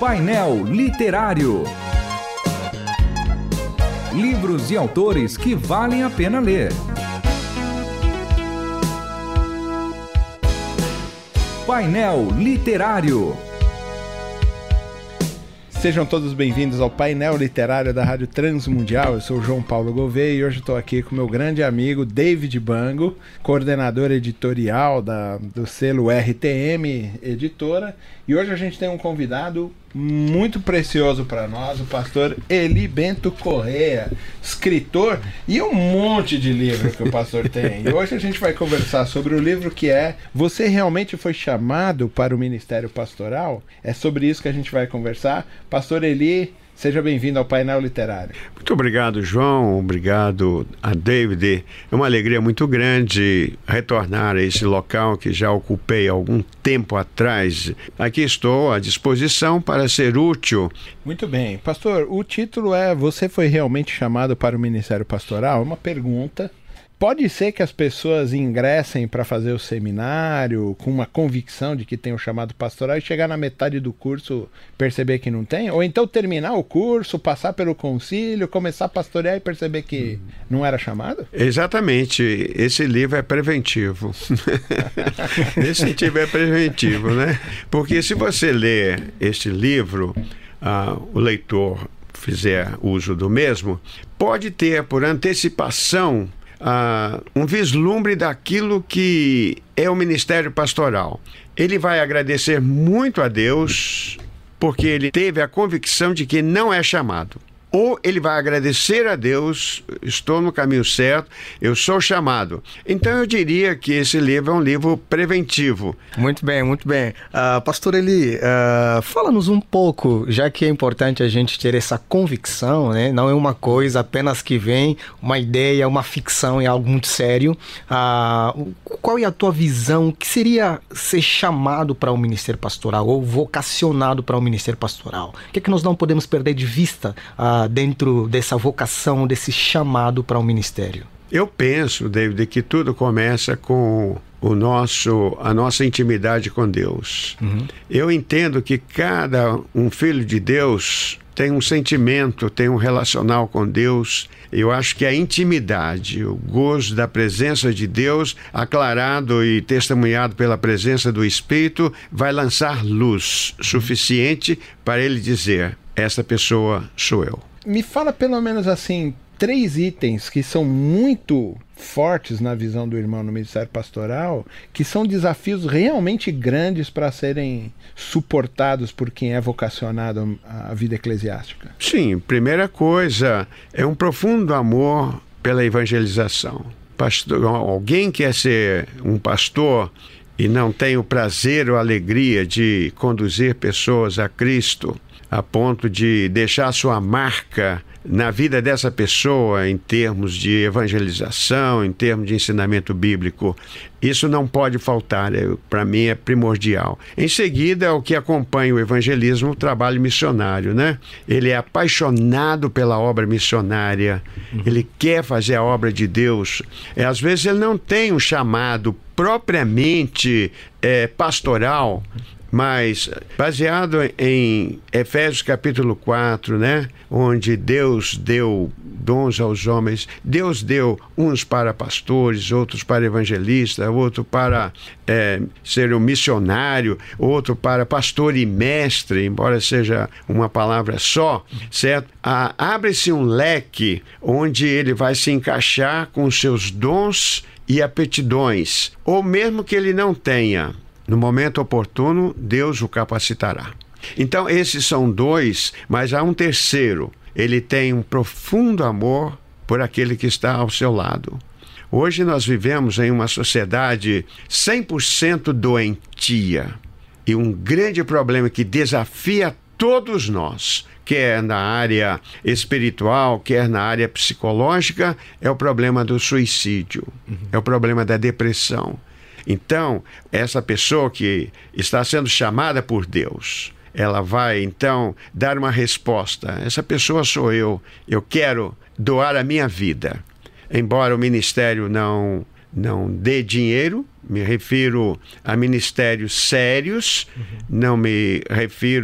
Painel Literário. Livros e autores que valem a pena ler. Painel Literário. Sejam todos bem-vindos ao Painel Literário da Rádio Transmundial. Eu sou o João Paulo Gouveia e hoje estou aqui com meu grande amigo David Bango, coordenador editorial do selo RTM Editora. E hoje a gente tem um convidado muito precioso para nós, o pastor Eli Bento Correa, escritor e um monte de livro que o pastor tem. E hoje a gente vai conversar sobre o livro que é Você Realmente Foi Chamado para o Ministério Pastoral? É sobre isso que a gente vai conversar. Pastor Eli, seja bem-vindo ao Painel Literário. Muito obrigado, João. Obrigado a David. É uma alegria muito grande retornar a esse local que já ocupei há algum tempo atrás. Aqui estou à disposição para ser útil. Muito bem. Pastor, o título é Você Foi Realmente Chamado para o Ministério Pastoral? Uma pergunta. Pode ser que as pessoas ingressem para fazer o seminário com uma convicção de que tem o chamado pastoral e chegar na metade do curso perceber que não tem? Ou então terminar o curso, passar pelo concílio, começar a pastorear e perceber que não era chamado? Exatamente. Esse livro é preventivo. Nesse sentido é preventivo, né? Porque se você ler este livro, o leitor fizer uso do mesmo, pode ter por antecipação um vislumbre daquilo que é o ministério pastoral. Ele vai agradecer muito a Deus porque ele teve a convicção de que não é chamado. Ou ele vai agradecer a Deus, estou no caminho certo, eu sou chamado. Então eu diria que esse livro é um livro preventivo. Muito bem, muito bem. Pastor Eli, fala-nos um pouco, já que é importante a gente ter essa convicção, né? Não é uma coisa apenas que vem, uma ideia, uma ficção, é algo muito sério. Qual é a tua visão? O que seria ser chamado para o ministério pastoral ou vocacionado para o ministério pastoral? O que é que nós não podemos perder de vista dentro dessa vocação, desse chamado para o ministério? Eu penso, David, que tudo começa com a nossa intimidade com Deus. Eu entendo que cada um filho de Deus tem um sentimento, tem um relacional com Deus. Eu acho que a intimidade, o gozo da presença de Deus, aclarado e testemunhado pela presença do Espírito, vai lançar luz suficiente para ele dizer: essa pessoa sou eu. Me fala pelo menos assim 3 itens que são muito fortes na visão do irmão no ministério pastoral, que são desafios realmente grandes para serem suportados por quem é vocacionado à vida eclesiástica. Sim, primeira coisa é um profundo amor pela evangelização. Alguém quer ser um pastor e não tem o prazer ou a alegria de conduzir pessoas a Cristo, a ponto de deixar sua marca na vida dessa pessoa em termos de evangelização, em termos de ensinamento bíblico. Isso não pode faltar, para mim é primordial. Em seguida, o que acompanha o evangelismo, o trabalho missionário, né? Ele é apaixonado pela obra missionária, ele quer fazer a obra de Deus. Às vezes ele não tem um chamado propriamente pastoral, mas baseado em Efésios capítulo 4, né? Onde Deus deu dons aos homens. Deus deu uns para pastores, outros para evangelistas, outro para ser um missionário, outro para pastor e mestre, embora seja uma palavra só, certo? Abre-se um leque onde ele vai se encaixar com os seus dons e aptidões, ou mesmo que ele não tenha. No momento oportuno, Deus o capacitará. Então, esses são 2, mas há um terceiro. Ele tem um profundo amor por aquele que está ao seu lado. Hoje nós vivemos em uma sociedade 100% doentia. E um grande problema que desafia todos nós, quer na área espiritual, quer na área psicológica, é o problema do suicídio, é o problema da depressão. Então, essa pessoa que está sendo chamada por Deus, ela vai, então, dar uma resposta. Essa pessoa sou eu quero doar a minha vida. Embora o ministério não dê dinheiro, me refiro a ministérios sérios, não me refiro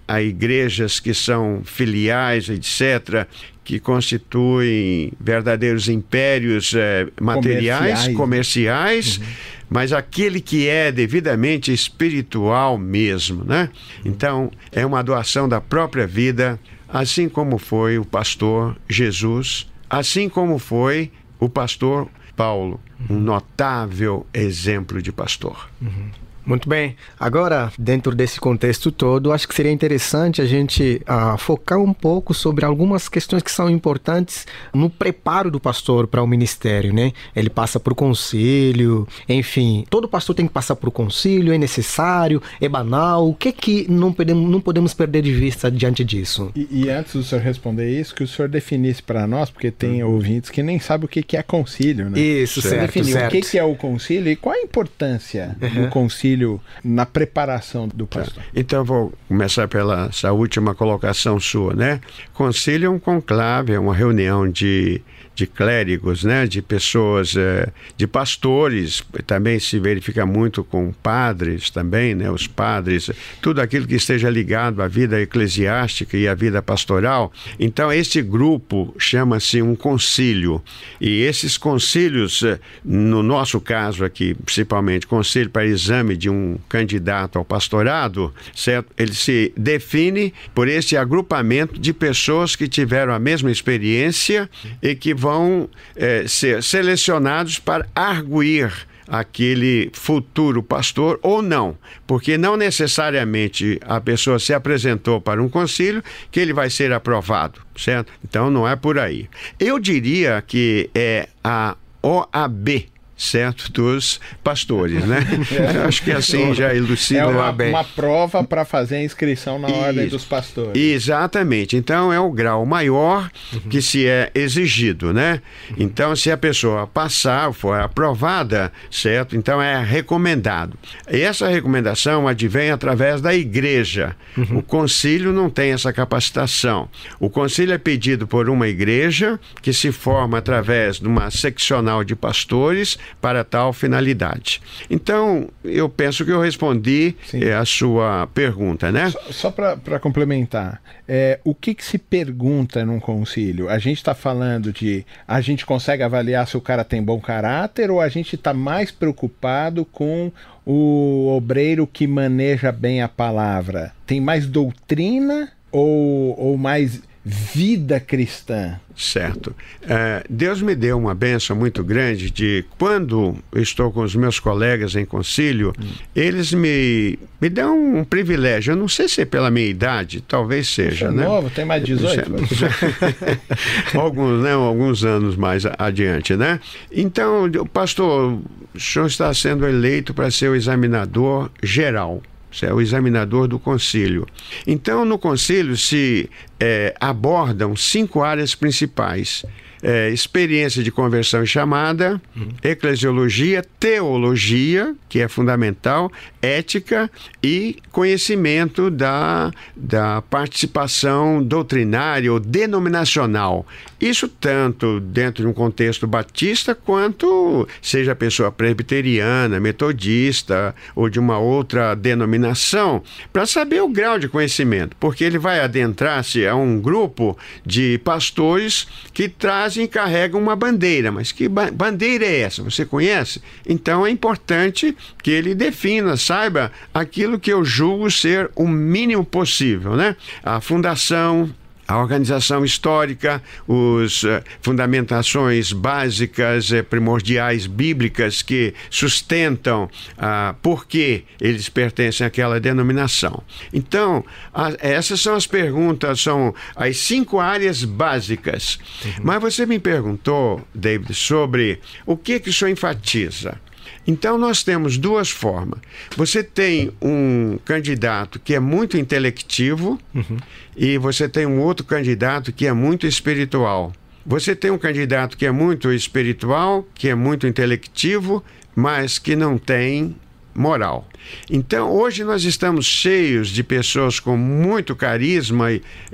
a igrejas que são filiais, etc., que constituem verdadeiros impérios materiais, comerciais, mas aquele que é devidamente espiritual mesmo, né? Então, é uma doação da própria vida, assim como foi o pastor Jesus, assim como foi o pastor Paulo, um notável exemplo de pastor. Muito bem. Agora, dentro desse contexto todo, acho que seria interessante a gente focar um pouco sobre algumas questões que são importantes no preparo do pastor para o ministério, né? Ele passa por concílio, enfim, todo pastor tem que passar por concílio, é necessário, é banal. O que não podemos perder de vista diante disso? E antes do senhor responder isso, que o senhor definisse para nós, porque tem ouvintes que nem sabem o que é concílio, né? Isso, certo. Definir o que é o concílio e qual a importância do concílio na preparação do pastor. Então, vou começar pela essa última colocação sua, né? Concílio é um conclave, é uma reunião de clérigos, né? De pessoas, de pastores, também se verifica muito com padres também, né? Os padres, tudo aquilo que esteja ligado à vida eclesiástica e à vida pastoral. Então, esse grupo chama-se um concílio. E esses concílios, no nosso caso aqui, principalmente concílio para exame de um candidato ao pastorado, certo? Ele se define por esse agrupamento de pessoas que tiveram a mesma experiência e que vão ser selecionados para arguir aquele futuro pastor ou não, porque não necessariamente a pessoa se apresentou para um concílio que ele vai ser aprovado, certo? Então não é por aí. Eu diria que é a OAB, certo, dos pastores, né? Acho que assim já elucida bem. É uma prova para fazer a inscrição na ordem dos pastores. Exatamente. Então é o grau maior que se é exigido, né? Então se a pessoa passar, for aprovada, certo? Então é recomendado. E essa recomendação advém através da igreja. O concílio não tem essa capacitação. O concílio é pedido por uma igreja que se forma através de uma seccional de pastores para tal finalidade. Então, eu penso que eu respondi a sua pergunta, né? Só para complementar, o que se pergunta num concílio? A gente está falando a gente consegue avaliar se o cara tem bom caráter ou a gente está mais preocupado com o obreiro que maneja bem a palavra? Tem mais doutrina ou mais vida cristã? Certo. Deus me deu uma bênção muito grande de quando eu estou com os meus colegas em concílio, eles me dão um privilégio. Eu não sei se é pela minha idade, talvez seja, né? Novo, tem mais 18. Alguns anos mais adiante, né? Então, pastor, o senhor está sendo eleito para ser o examinador geral. É o examinador do concílio. Então, no concílio se abordam 5 áreas principais. Experiência de conversão e chamada, eclesiologia, teologia, que é fundamental, ética e conhecimento da participação doutrinária ou denominacional. Isso tanto dentro de um contexto batista, quanto seja a pessoa presbiteriana, metodista ou de uma outra denominação, para saber o grau de conhecimento, porque ele vai adentrar-se a um grupo de pastores que trazem e carregam uma bandeira. Mas que bandeira é essa? Você conhece? Então é importante que ele defina, saiba aquilo que eu julgo ser o mínimo possível, né? A fundação, a organização histórica, as fundamentações básicas, primordiais, bíblicas que sustentam por que eles pertencem àquela denominação. Então, essas são as perguntas, são as 5 áreas básicas. Mas você me perguntou, David, sobre o que o senhor enfatiza. Então, nós temos 2 formas. Você tem um candidato que é muito intelectivo e você tem um outro candidato que é muito espiritual. Você tem um candidato que é muito espiritual, que é muito intelectivo, mas que não tem moral. Então, hoje nós estamos cheios de pessoas com muito carisma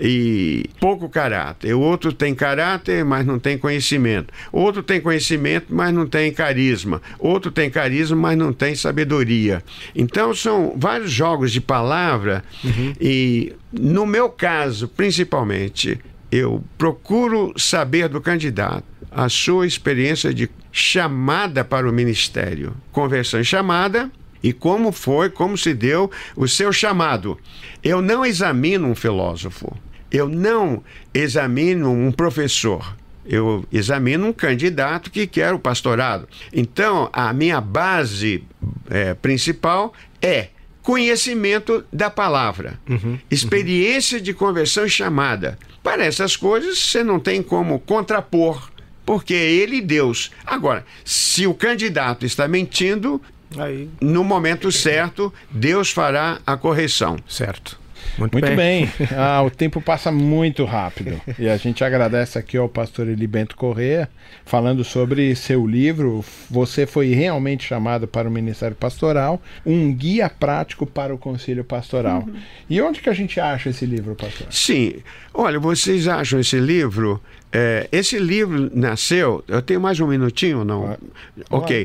e pouco caráter. O outro tem caráter, mas não tem conhecimento. Outro tem conhecimento, mas não tem carisma. Outro tem carisma, mas não tem sabedoria. Então, são vários jogos de palavra e, no meu caso, principalmente, eu procuro saber do candidato a sua experiência de chamada para o ministério, conversão e chamada, e como se deu o seu chamado. Eu não examino um filósofo, eu não examino um professor, eu examino um candidato que quer o pastorado. Então, a minha base principal é conhecimento da palavra, experiência de conversão e chamada. Para essas coisas, você não tem como contrapor, porque é ele e Deus. Agora, se o candidato está mentindo, aí, no momento certo, Deus fará a correção. Certo. Muito bem. O tempo passa muito rápido. E a gente agradece aqui ao pastor Eli Bento Corrêa, falando sobre seu livro, Você Foi Realmente Chamado para o Ministério Pastoral, um guia prático para o concílio pastoral. E onde que a gente acha esse livro, pastor? Sim. Olha, vocês acham esse livro... esse livro nasceu... Eu tenho mais um minutinho, não? Ok.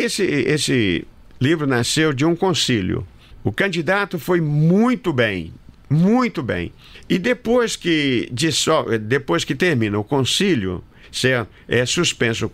Esse livro nasceu de um concílio. O candidato foi muito bem. Muito bem. E depois que termina o concílio, certo? É suspenso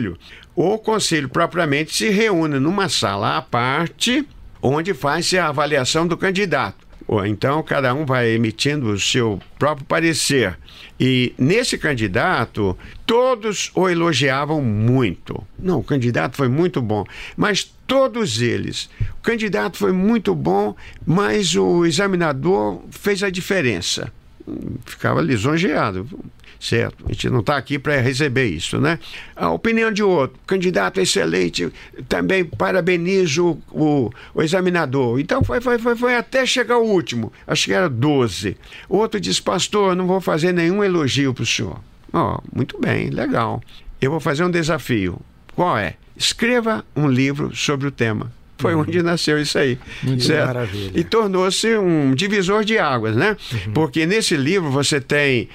o concílio propriamente se reúne numa sala à parte, onde faz-se a avaliação do candidato. Então, cada um vai emitindo o seu próprio parecer. E nesse candidato, todos o elogiavam muito. Não, o candidato foi muito bom. Mas todos eles. O candidato foi muito bom, mas o examinador fez a diferença. Ficava lisonjeado. Certo? A gente não está aqui para receber isso, né? A opinião de outro, candidato excelente, também parabenizo o examinador. Então foi até chegar o último, acho que era 12. O outro disse, pastor, não vou fazer nenhum elogio para o senhor. Muito bem, legal. Eu vou fazer um desafio. Qual é? Escreva um livro sobre o tema. Foi onde nasceu isso aí. Muito maravilha. E tornou-se um divisor de águas, né? Porque nesse livro você tem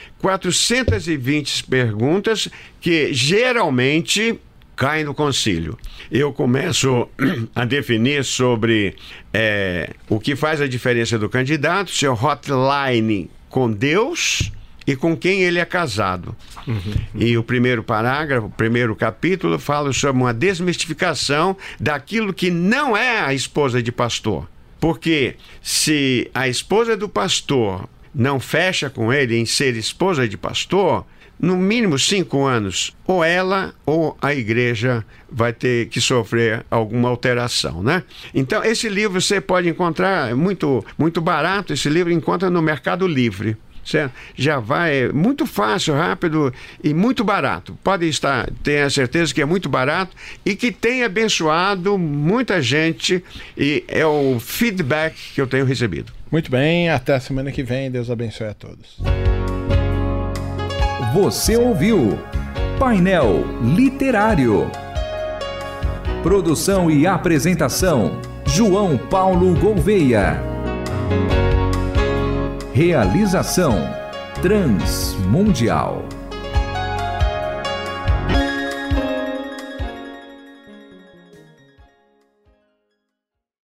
420 perguntas que geralmente caem no concílio. Eu começo a definir sobre o que faz a diferença do candidato, seu hotline com Deus e com quem ele é casado. E o primeiro parágrafo, o primeiro capítulo, fala sobre uma desmistificação daquilo que não é a esposa de pastor. Porque se a esposa do pastor não fecha com ele em ser esposa de pastor, no mínimo 5 anos, ou ela ou a igreja vai ter que sofrer alguma alteração, né? Então, esse livro você pode encontrar, é muito barato, esse livro encontra no Mercado Livre. Certo? Já vai muito fácil, rápido e muito barato. Tenha certeza que é muito barato e que tem abençoado muita gente, e é o feedback que eu tenho recebido. Muito bem, até a semana que vem. Deus abençoe a todos. Você ouviu Painel Literário. Produção e apresentação: João Paulo Gouveia. Realização Transmundial.